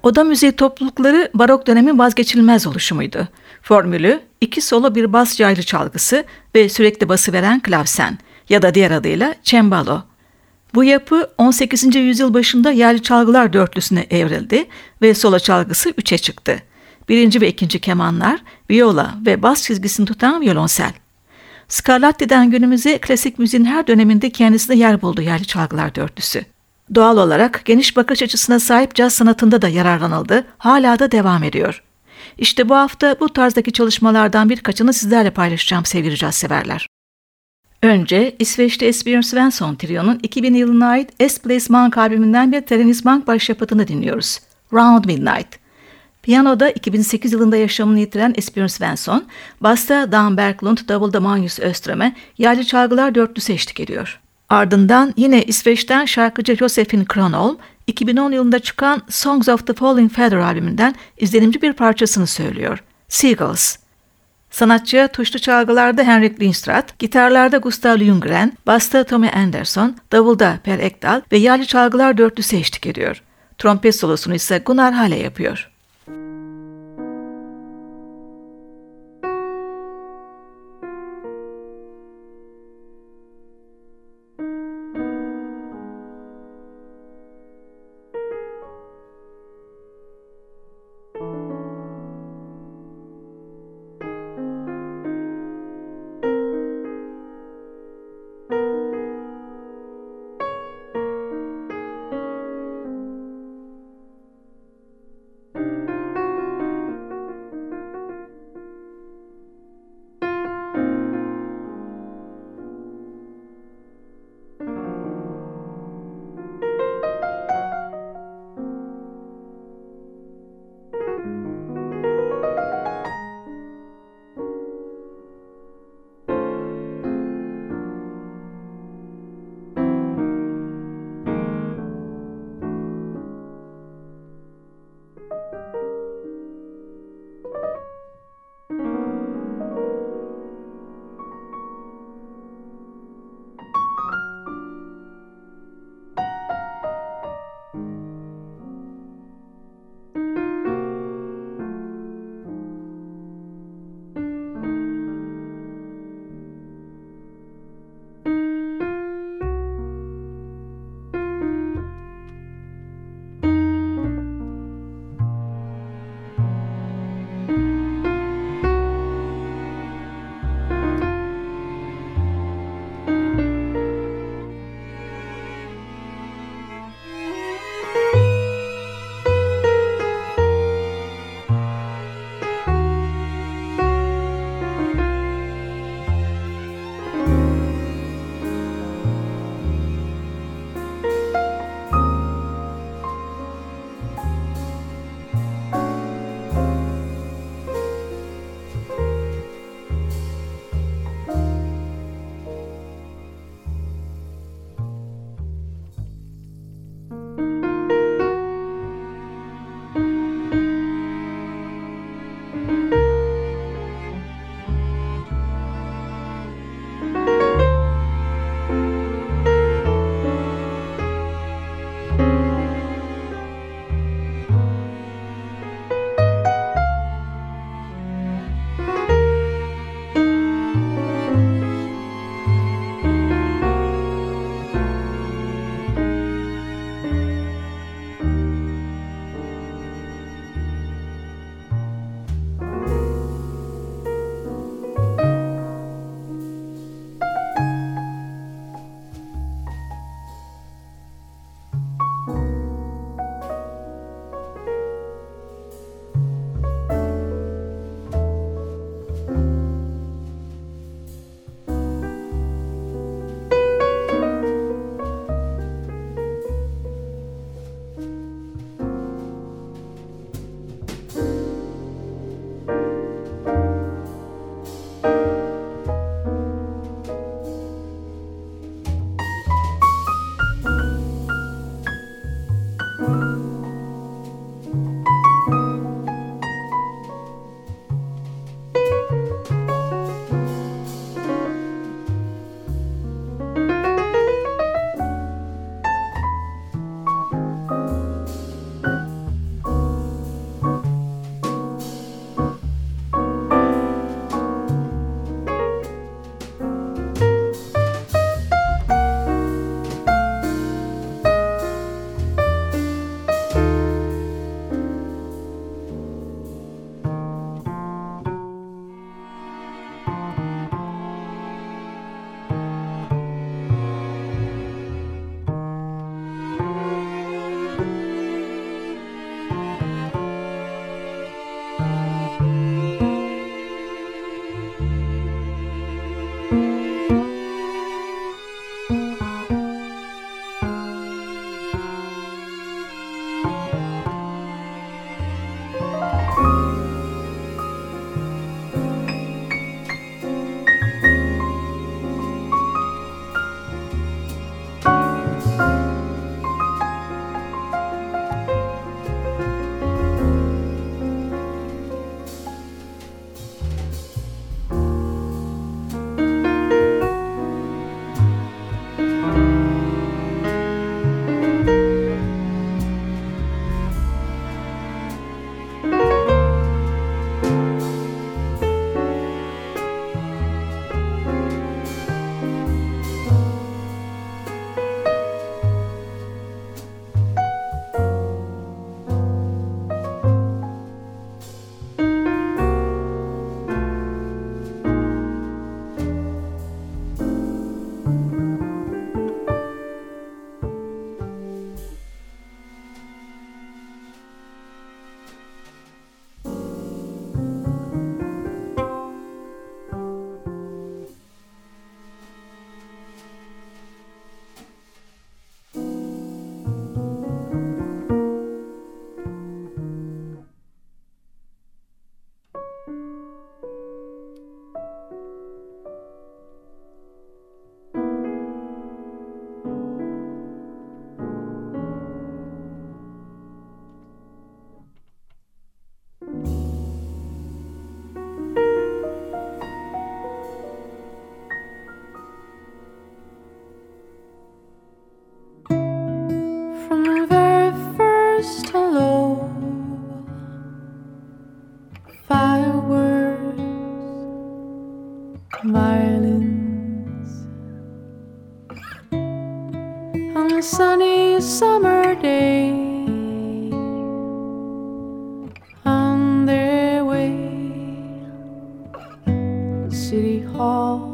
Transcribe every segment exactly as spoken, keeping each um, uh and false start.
Oda müziği toplulukları barok dönemin vazgeçilmez oluşumuydu. Formülü iki solo bir bas yaylı çalgısı ve sürekli bası veren klavsen ya da diğer adıyla cembalo. Bu yapı on sekizinci yüzyıl başında yaylı çalgılar dörtlüsüne evrildi ve solo çalgısı üçe çıktı. Birinci ve ikinci kemanlar, viola ve bas çizgisini tutan violonsel. Scarlatti'den günümüze klasik müziğin her döneminde kendisine yer buldu yaylı çalgılar dörtlüsü. Doğal olarak geniş bakış açısına sahip caz sanatında da yararlanıldı, hala da devam ediyor. İşte bu hafta bu tarzdaki çalışmalardan birkaçını sizlerle paylaşacağım sevgili caz severler. Önce İsveçli Esbjörn Svensson Trio'nun iki bin yılına ait Es-Place Monk albümünden bir Thelonious Monk başyapıtını dinliyoruz. Round Midnight. Piyanoda iki bin sekiz yılında yaşamını yitiren Esbjörn Svensson, basta Dan Berglund, davulda Magnus Öström'e yaylı çalgılar dörtlüsü eşlik ediyor. Ardından yine İsveç'ten şarkıcı Josefin Kronholm, iki bin on yılında çıkan Songs of the Falling Feather albümünden izlenimci bir parçasını söylüyor. Seagulls. Sanatçıya tuşlu çalgılarda Henrik Lindstrat, gitarlarda Gustav Ljunggren, basta Tommy Andersson, davulda Per Ekdahl ve yaylı çalgılar dörtlüsü eşlik ediyor. Trompet solosunu ise Gunnar Halle yapıyor. on a sunny summer day, on their way to City Hall.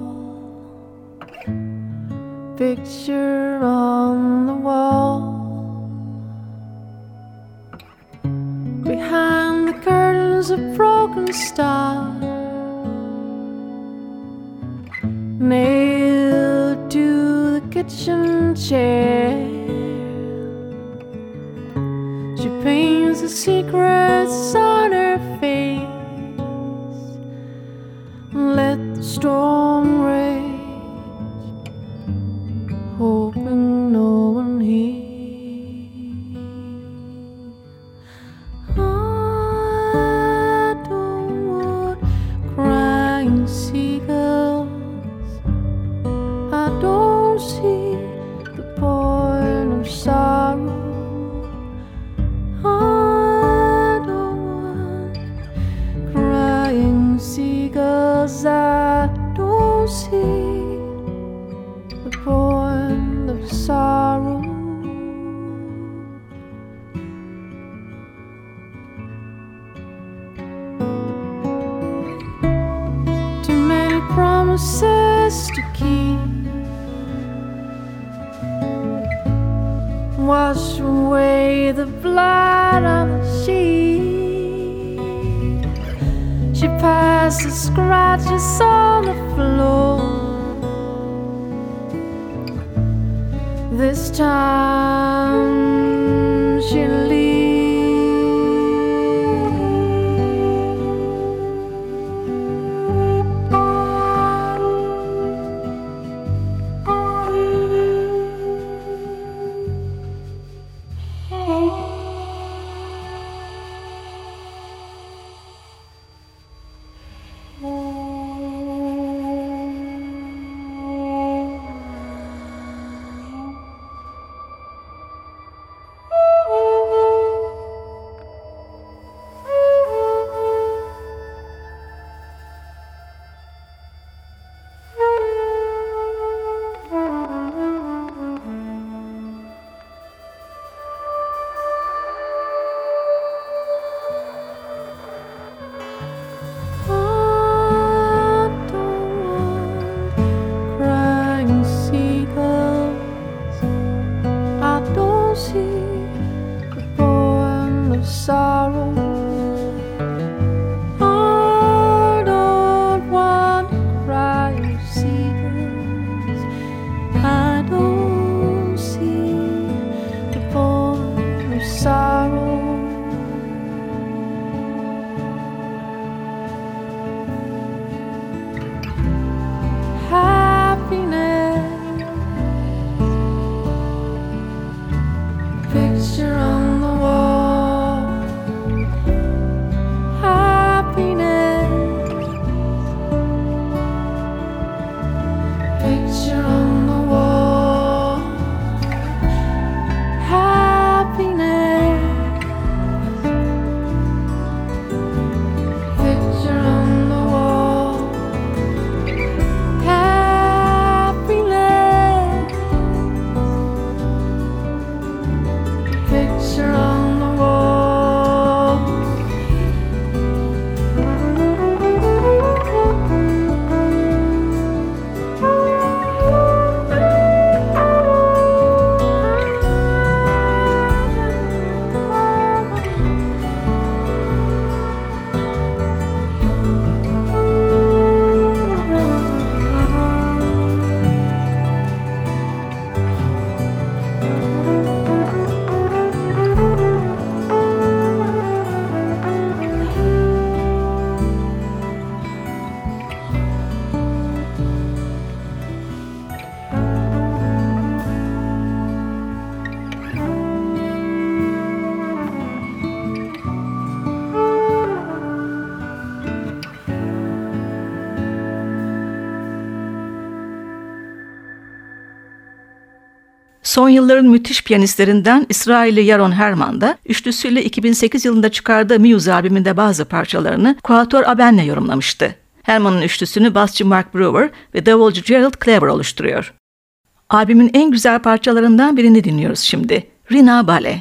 Picture on the wall, behind the curtains a broken star, nailed to the kitchen chair. She paints the secrets on her face, let the storm rage, hoping no one hears. I don't want crying seagulls. I don't see the point of sorrow. I don't want crying seagulls. I don't see the point of sorrow. Too many promises to keep, wash away the blood on the sheet. She passes scratches on the floor. This time she'll leave. Son yılların müthiş piyanistlerinden İsrailli Yaron Herman da üçlüsüyle iki bin sekiz yılında çıkardığı Muse albümünde bazı parçalarını Quatuor Aben'le yorumlamıştı. Herman'ın üçlüsünü basçı Mark Brewer ve davulcu Gerald Cleaver oluşturuyor. Albümün en güzel parçalarından birini dinliyoruz şimdi. Rina Bale.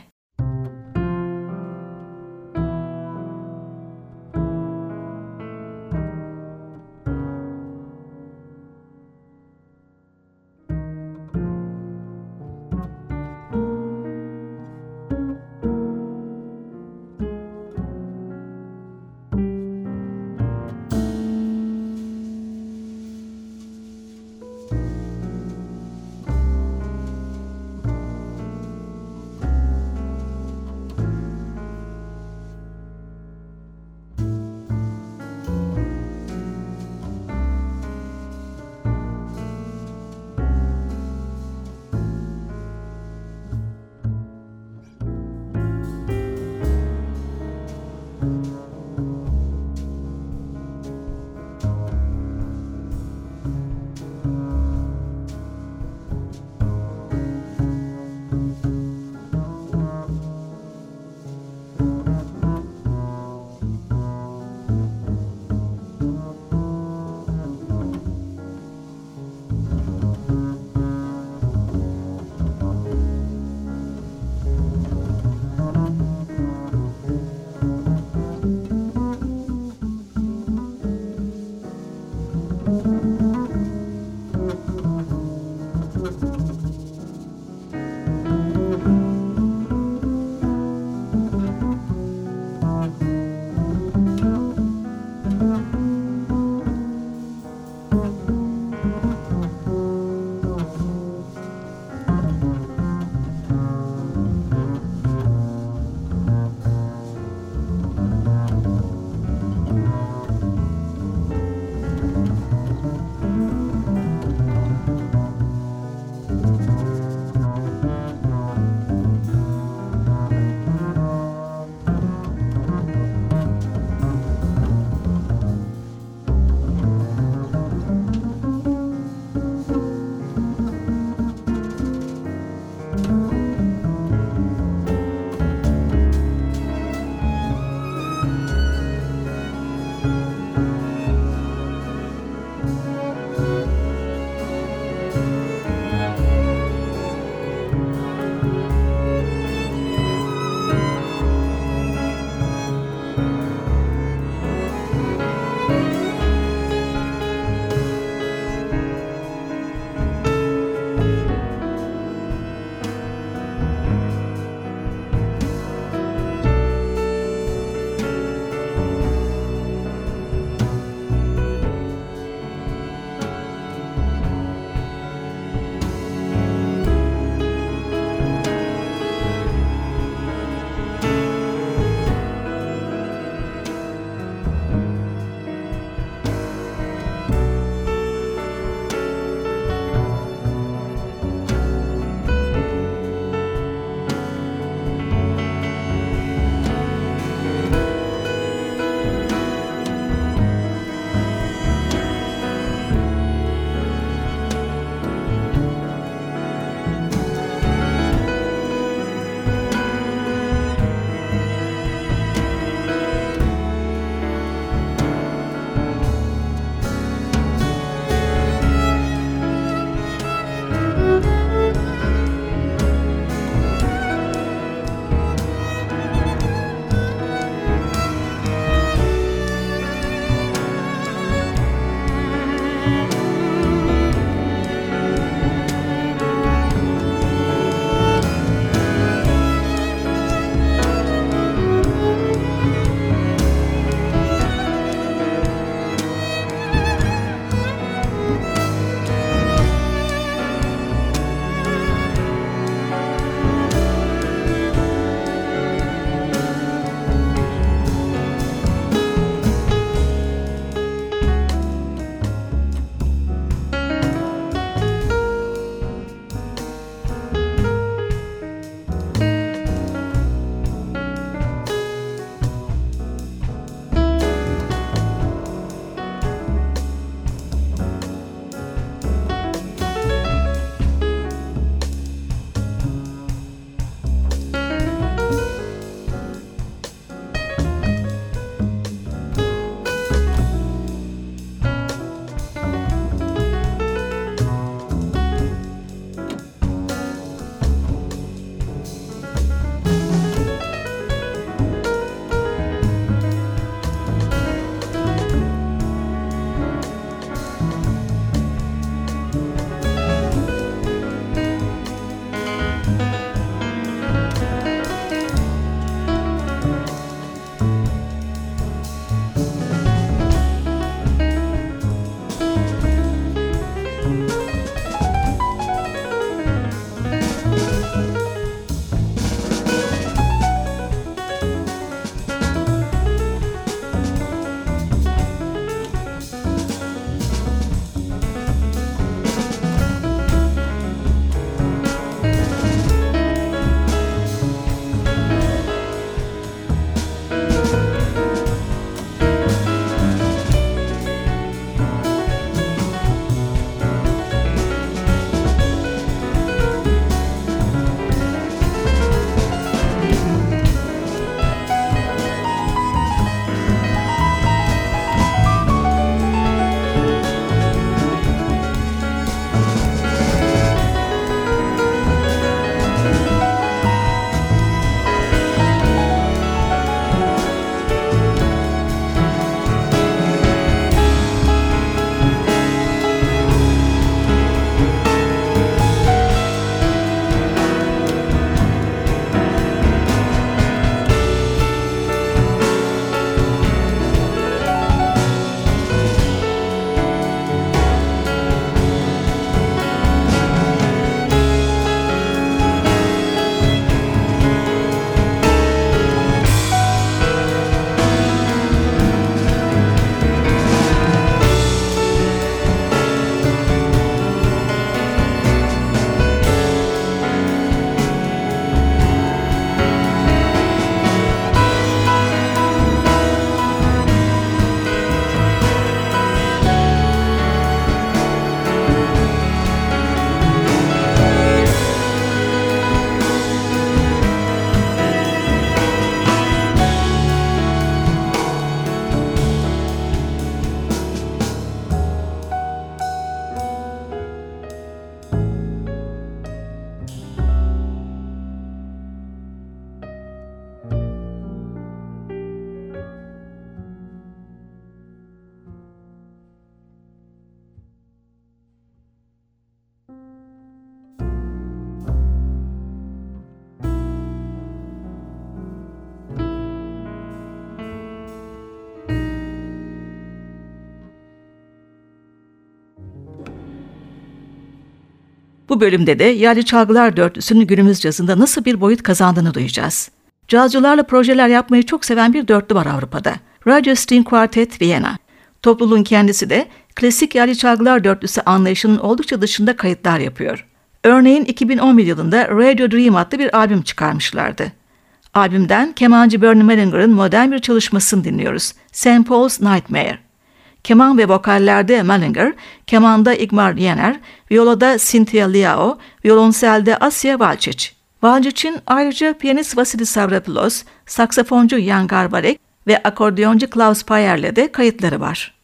Bu bölümde de Yaylı Çalgılar Dörtlüsü'nün günümüz cazında nasıl bir boyut kazandığını duyacağız. Cazcılarla projeler yapmayı çok seven bir dörtlü var Avrupa'da. Roger String Quartet Viyana. Topluluğun kendisi de klasik Yaylı Çalgılar Dörtlüsü anlayışının oldukça dışında kayıtlar yapıyor. Örneğin iki bin on bir yılında Radio Dream adlı bir albüm çıkarmışlardı. Albümden kemancı Bernie Mellinger'ın modern bir çalışmasını dinliyoruz. Saint Paul's Nightmare. Keman ve vokallerde Mellinger, kemanda Igmar Yener, violada Cynthia Liao, violonselde Asya Valčić. Valčić'in ayrıca piyanist Vasilis Stavropoulos, saksafoncu Jan Garbarek ve akordiyoncu Klaus Payer'le de kayıtları var.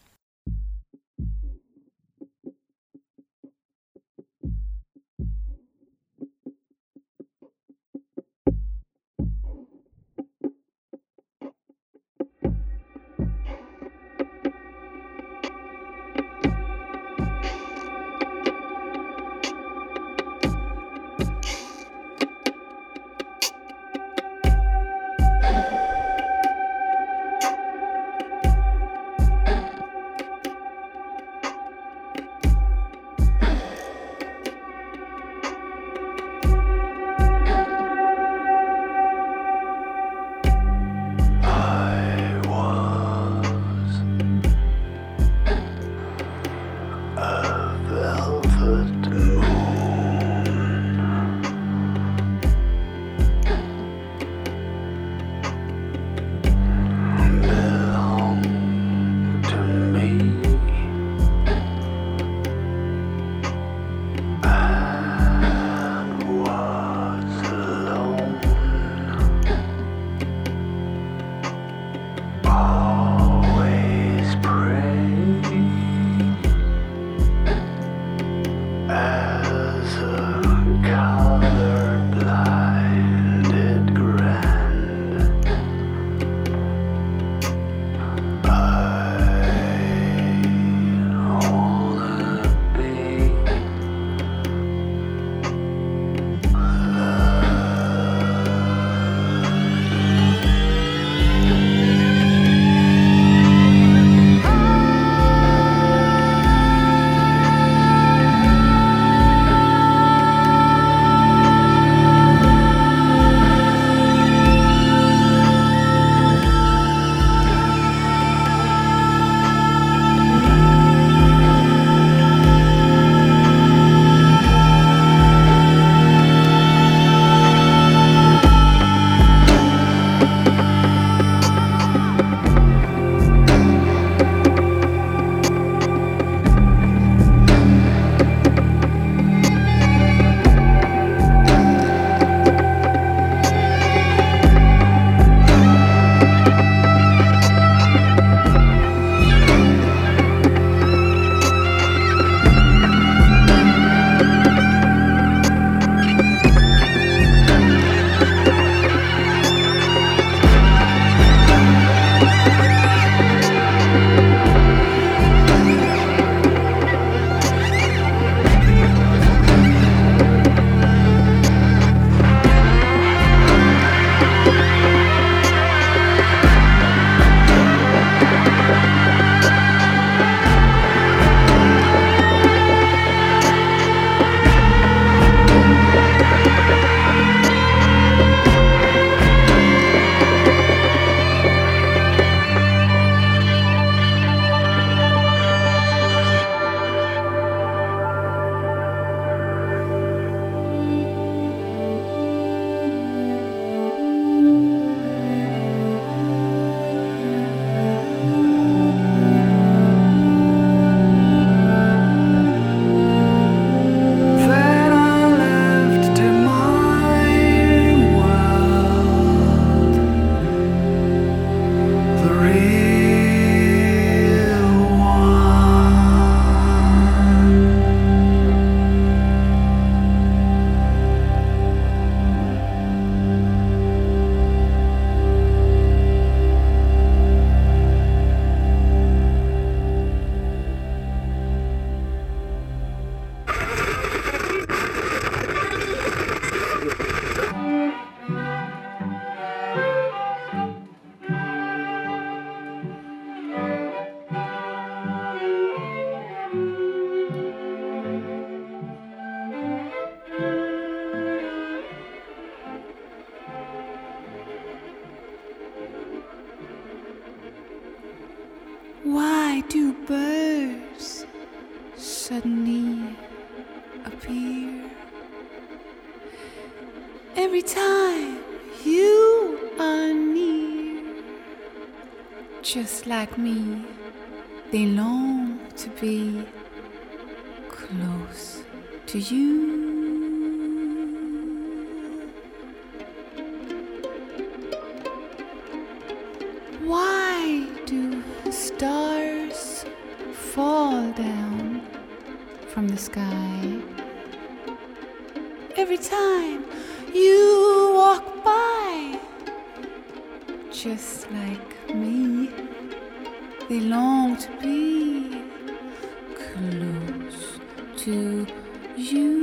suddenly appear. Every time you are near, just like me, they long to be close to you. Why do stars fall down from the sky every time you walk by? Just like me, they long to be close to you.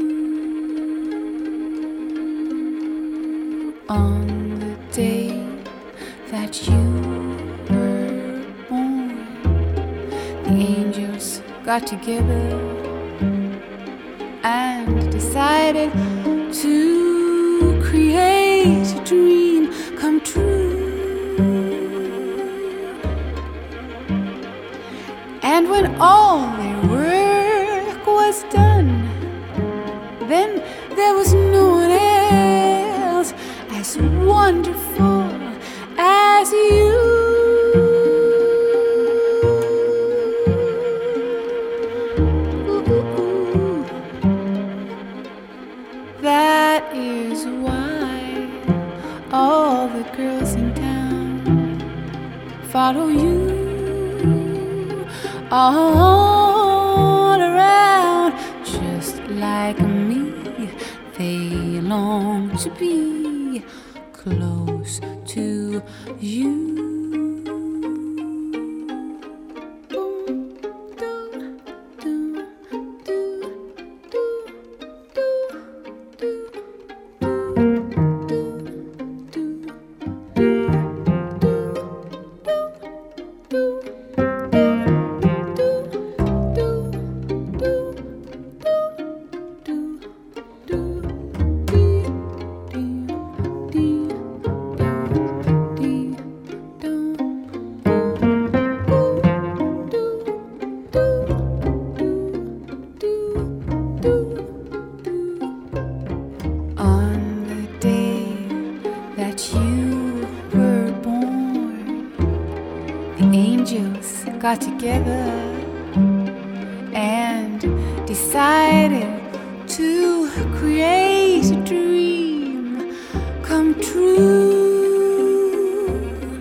On the day that you were born, the angels got together and decided to create a dream come true. And when all their work was done, then there was no one else as wonderful as you. That is why all the girls in town follow you all around. Just like me, they long to be close to you. Got together and decided to create a dream come true.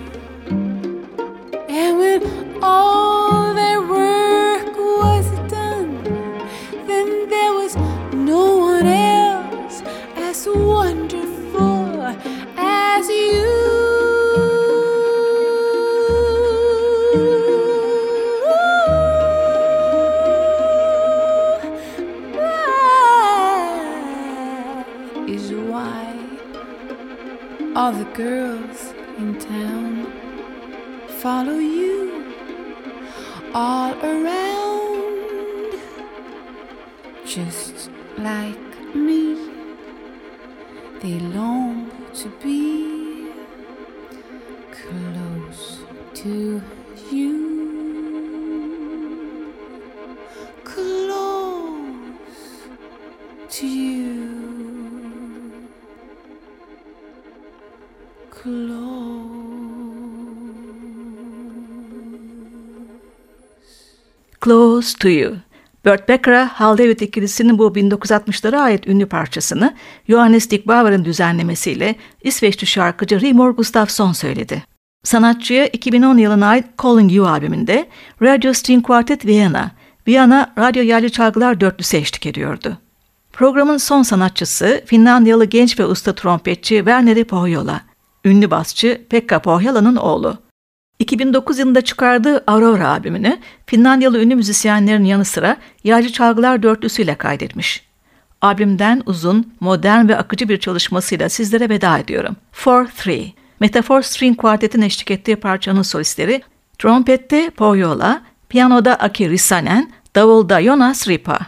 And when all their work was done, then there was no one else as wonderful as you. All the girls in town follow you all around. Just like me, they long to be close to you. Close to you. Close to You. Burt Bacharach, Hal David ikilisinin bu bin dokuz yüz altmışlara ait ünlü parçasını Johannes Dickbauer'ın düzenlemesiyle İsveçli şarkıcı Rigmor Gustafsson söyledi. Sanatçıya iki bin on yılına ait Calling You albümünde Radio String Quartet Viyana, Viyana Radyo Yerli Çalgılar Dörtlüsü eşlik ediyordu. Programın son sanatçısı Finlandiyalı genç ve usta trompetçi Verneri Pohjola, ünlü basçı Pekka Pohjola'nın oğlu. iki bin dokuz yılında çıkardığı Aurora albümünü Finlandiyalı ünlü müzisyenlerin yanı sıra Yerli Çalgılar Dörtlüsü'yle kaydetmiş. Albümden uzun, modern ve akıcı bir çalışmasıyla sizlere veda ediyorum. For Three. Metafor String Quartet'in eşlik ettiği parçanın solistleri trompette Pohjola, piyanoda Aki Rissanen, davulda Jonas Ripa.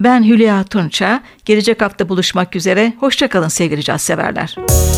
Ben Hülya Tunça. Gelecek hafta buluşmak üzere. Hoşça kalın sevgili caz severler.